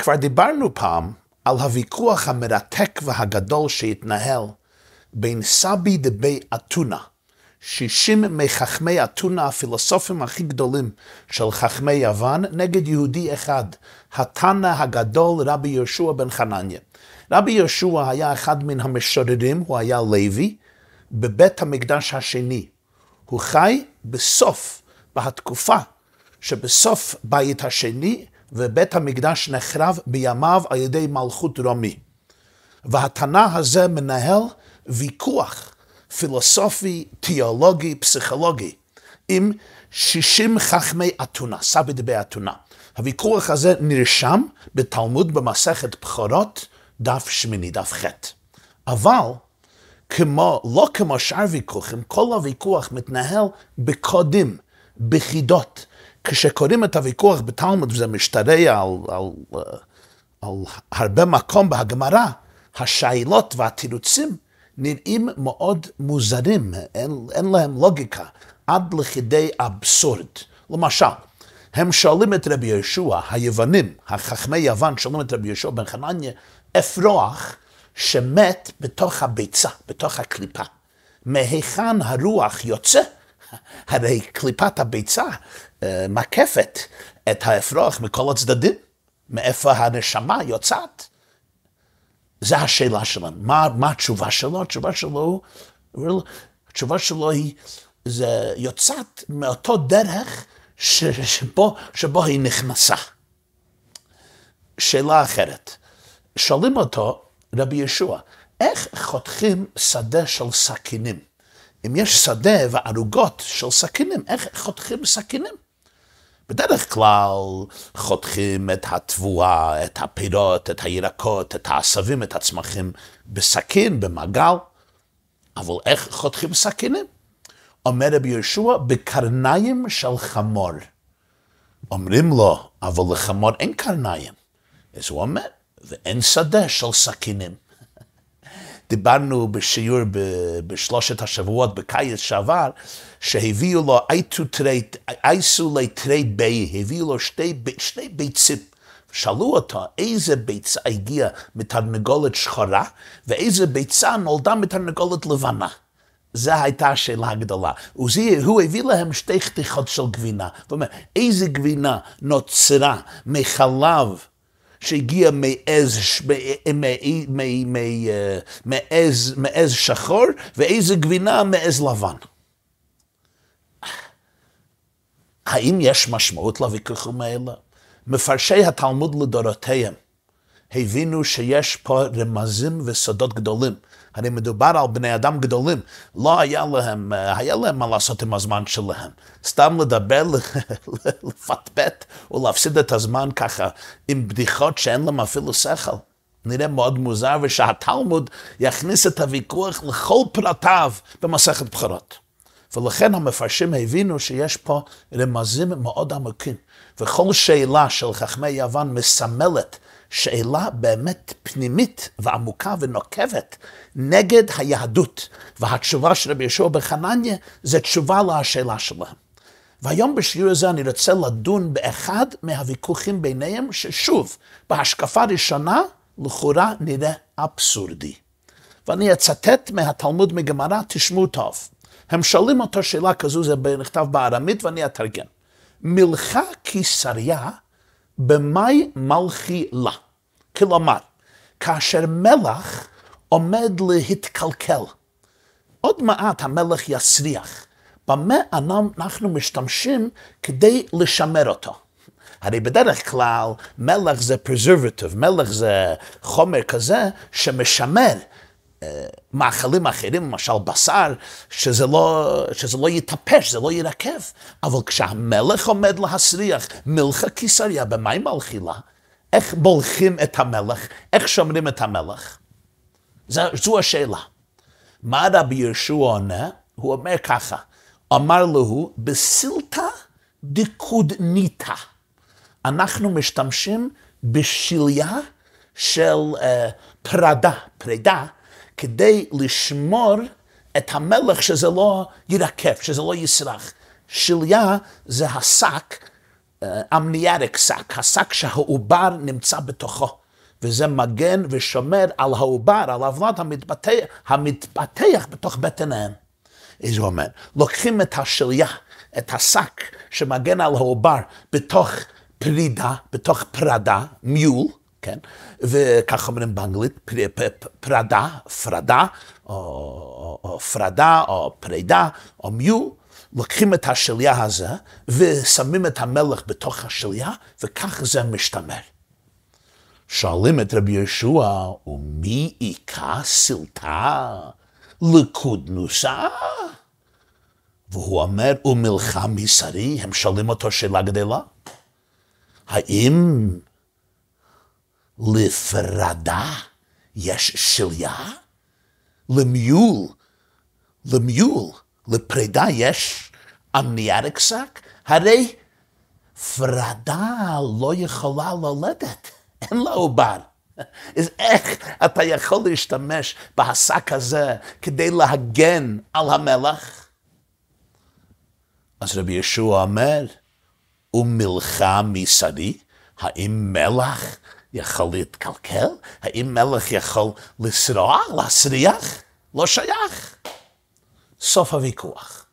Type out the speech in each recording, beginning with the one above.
כבר דיברנו פעם על הוויכוח המרתק והגדול שהתנהל בין סבי דבי אתונה, 60 מחכמי אתונה, הפילוסופים הכי גדולים של חכמי יוון, נגד יהודי אחד, התנא הגדול רבי יהושע בן חנניה. רבי יהושע היה אחד מן המשוררים, הוא היה לוי, בבית המקדש השני. הוא חי בהתקופה שבסוף בית השני, ובית המקדש נחרב בימיו על ידי מלכות רומי. והתנא הזה מנהל ויכוח פילוסופי, תיאולוגי, פסיכולוגי, עם 60 חכמי אתונה, סבי דבי אתונה. הוויכוח הזה נרשם בתלמוד במסכת בכורות, דף שמיני, דף ח'. אבל לא כמו שאר ויכוחים, כל הוויכוח מתנהל בקודים, בחידות. כשקוראים את הוויכוח בתלמוד, וזה משתרע על הרבה מקום בהגמרא, השאלות והתירוצים נראים מאוד מוזרים, אין להם לוגיקה, עד לכדי אבסורד. למשל, הם שואלים את רבי יהושע, היוונים, החכמי יוון, שואלים את רבי יהושע בן חנניה, אפרוח שמת בתוך הביצה, בתוך הקליפה. מהיכן הרוח יוצא? הרי קליפת הביצה מקפת את האפרוח מכל הצדדים. מאיפה הנשמה יוצאת? זו השאלה שלהם. מה התשובה שלו? התשובה שלו היא, זה יוצאת מאותו דרך שבו היא נכנסה. שאלה אחרת. שואלים אותו, רבי יהושע, איך חותכים שדה של סכינים? אם יש שדה וערוגות של סכינים, איך חותכים סכינים? בדרך כלל חותכים את התבואה, את הפירות, את הירקות, את העשבים, את הצמחים בסכין, במעגל. אבל איך חותכים סכינים? אומר רבי יהושע, בקרניים של חמור. אומרים לו, אבל לחמור אין קרניים. אז הוא אומר, ואין שדה של סכינים. דיברנו בשיעור בשלושת השבועות בקיץ שעבר, שהביאו לו אייסו לתרי בי, הביאו לו שני ביצים. שאלו אותו איזה ביצה הגיעה מתרנגולת שחורה, ואיזה ביצה נולדה מתרנגולת לבנה. זו הייתה השאלה הגדולה. הוא הביא להם שתי חתיכות של גבינה. זאת אומרת, איזה גבינה נוצרה מחלב, שהגיע מעז שחור, ואיזה גבינה מעז לבן. האם יש משמעות לוויכוחים האלה? מפרשי התלמוד לדורותיהם הבינו שיש פה רמזים וסודות גדולים. הרי מדובר על בני אדם גדולים, לא היה להם מה לעשות עם הזמן שלהם. סתם לדבר, לפטפט ולהפסיד את הזמן ככה עם בדיחות שאין להם אפילו שכל. נראה מאוד מוזר, ושהתלמוד יכניס את הוויכוח לכל פרטיו במסכת בכורות. ולכן המפרשים הבינו שיש פה רמזים מאוד עמוקים. וכל שאלה של חכמי יוון מסמלת שאלה באמת פנימית ועמוקה ונוקבת נגד היהדות. והתשובה של רבי יהושע בן חנניה זה תשובה לשאלה שלהם. והיום בשיעור הזה אני רוצה לדון באחד מהוויכוחים ביניהם, ששוב, בהשקפה ראשונה, לכאורה נראה אבסורדי. ואני אצטט מהתלמוד מגמרא, תשמעו טוב. הם שואלים אותו שאלה כזו, זה נכתב בארמית ואני אתרגם. מלכה קיסריה במאי מלכי לה. כלומר, כאשר מלך עומד להתקלקל, עוד מעט המלך יסריח. במה אנחנו משתמשים כדי לשמר אותו? הרי בדרך כלל מלח זה preservative, מלח זה חומר כזה שמשמר מאכלים אחרים, למשל בשר, שזה לא יתאפש, זה לא ירקב. אבל כשהמלך עומד להסריח, מלכה קיסריה במאי מלכי לה, איך בולכים את המלך? איך שומרים את המלך? זו השאלה. מה רבי יהושע עונה? הוא אומר ככה, אמר לו, בסילתא דקודניתא. אנחנו משתמשים בשליה של פרידה, כדי לשמור את המלך שזה לא ירקב, שזה לא יסרח. שליה זה השק אמניאריק שק, השק שהעובר נמצא בתוכו, וזה מגן ושומר על העובר, על הבלד המתפתח בתוך בטן האם. אז הוא אומר, לוקחים את השליה, את השק שמגן על העובר בתוך פרידה, בתוך פרדה, מיול, כן? וכך אומרים באנגלית, פרדה, פרדה, או פרדה, או פרידה, או מיול, לוקחים את השליה הזה, ושמים את המלח בתוך השליה, וכך זה משתמר. שואלים את רבי יהושע, ומי עיקה סלטה לקודנוסה? והוא אומר, ומלכה מסרי, הם שואלים אותו שאלה גדולה. האם לפרדה יש שליה? למיול, לפרידה יש אמניאריק שק? הרי פרדה לא יכולה ללדת, אין לה עובר. אז איך אתה יכול להשתמש בהשק הזה כדי להגן על המלח? אז רבי יהושע אומר, ומלכה מסרי, האם מלח יכול להתקלקל? האם מלח יכול לסרוע, להסריח? לא שייך. סוף הוויכוח.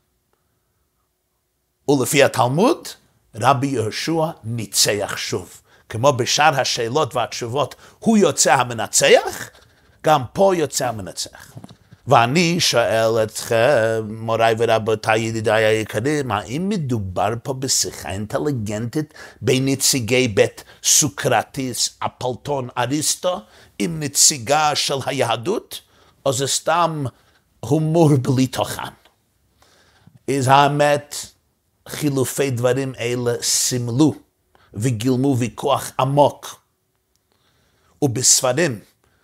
ולפי התלמוד, רבי יהושע ניצח שוב. כמו בשאר השאלות והתשובות, הוא יוצא המנצח, גם פה יוצא המנצח. ואני שואל אתכם, מוריי ורבותיי, ידידיי היקרים, האם מדובר פה בשיחה אינטליגנטית בין נציגי בית סוקרטיס, אפלטון, אריסטו, עם נציגה של היהדות, או זה סתם הומור בלי תוכן? אז האמת, חילופי דברים אלה סימלו וגילמו ויכוח עמוק. ובספרים,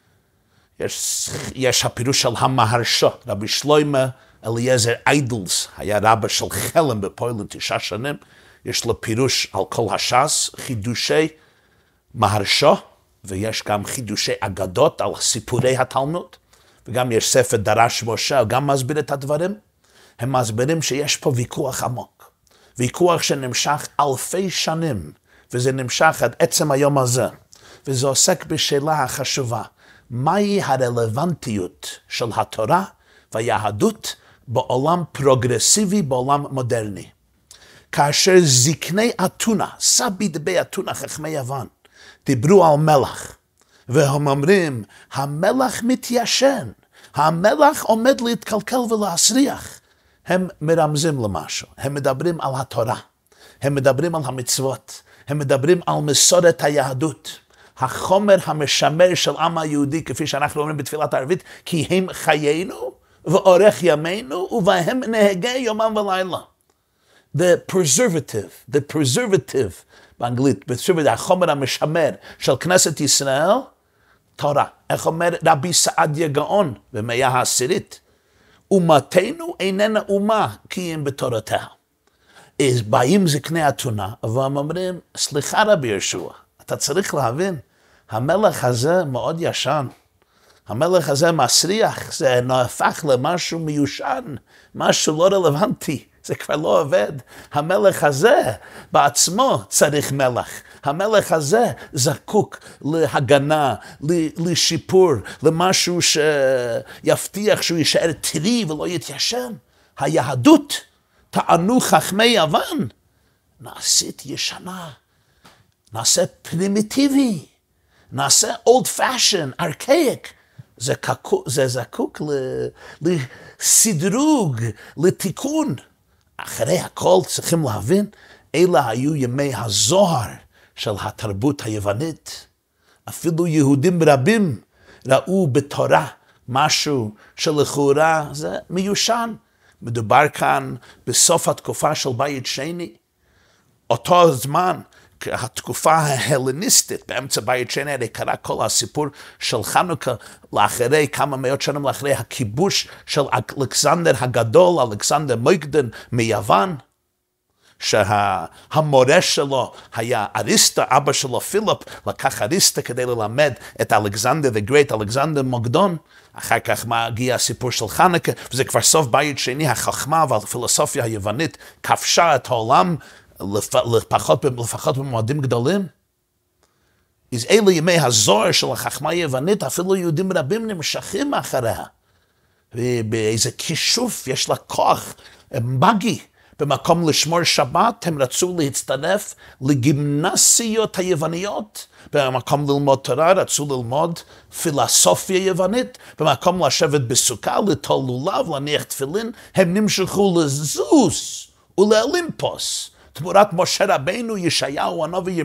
יש הפירוש של המהרש"א, רבי שלמה אליעזר איידלס, היה רבא של חלם בפולין 9 שנים, יש לו פירוש על כל הש"ס, חידושי מהרש"א, ויש גם חידושי אגדות על סיפורי התלמוד, וגם יש ספר דרש משה, הוא גם מסביר את הדברים. הם מסבירים שיש פה ויכוח עמוק, ויכוח שנמשך אלפי שנים, וזה נמשך עד עצם היום הזה, וזה עוסק בשאלה החשובה, מהי הרלוונטיות של התורה והיהדות בעולם פרוגרסיבי, בעולם מודרני. כאשר זקני אתונה, סבי דבי אתונה, חכמי יוון, דיברו על מלח, והם אומרים, המלח מתיישן, המלח עומד להתקלקל ולהסריח. הם מרמזים למשהו, הם מדברים על התורה, הם מדברים על המצוות, הם מדברים על מסורת היהדות. החומר המשמר של עם היהודי, כפי שאנחנו אומרים בתפילת הערבית, כי הם חיינו ואורך ימינו, ובהם נהגה יומם ולילה. The preservative, באנגלית, החומר המשמר של כנסת ישראל, תורה. איך אומר רבי סעדיה גאון במאה העשירית? אומתנו איננה אומה, כי הם בתורתה. אז באים זקני אתונה, והם אומרים, סליחה רבי יהושע, אתה צריך להבין, המלח הזה מאוד ישן, המלח הזה מסריח, זה נהפך למשהו מיושן, משהו לא רלוונטי, זה כבר לא עובד. המלח הזה בעצמו צריך מלח, המלח הזה זקוק להגנה, לשיפור, למשהו שיבטיח שהוא יישאר טרי ולא יתיישן. היהדות, טענו חכמי יוון, נעשית ישנה, נעשה פרימיטיבי, נעשה old fashion, archaic, זה זקוק לסדרוג, לתיקון. אחרי הכל צריכים להבין, אלה היו ימי הזוהר של התרבות היוונית. אפילו יהודים רבים ראו בתורה משהו שלכאורה זה מיושן. מדובר כאן בסוף התקופה של בית שני, אותו זמן, התקופה ההלניסטית, באמצע בית שני, הרי קרה כל הסיפור של חנוכה, לאחרי כמה מאות שנים לאחרי הכיבוש של אלכסנדר הגדול, אלכסנדר מוקדון מיוון, שהמורה שלו היה אריסטו, אבא שלו פיליפ, לקח אריסטו כדי ללמד את אלכסנדר the Great, אלכסנדר מוקדון. אחר כך מגיע הסיפור של חנוכה, וזה כבר סוף בית שני, החכמה והפילוסופיה היוונית כבשה את העולם, לפחות במועדים גדולים? אז אלה ימי הזוהר של החכמה היוונית, אפילו יהודים רבים נמשכים אחריה. ובאיזה כישוף יש לה כוח מגי. במקום לשמור שבת, הם רצו להצטרף לגימנסיות היווניות. במקום ללמוד תורה, רצו ללמוד פילוסופיה יוונית. במקום לשבת בסוכה, לטול לולב, להניח תפילין, הם נמשכו לזוס ולאולימפוס. תמורת משה רבינו, ישעיהו הנביא,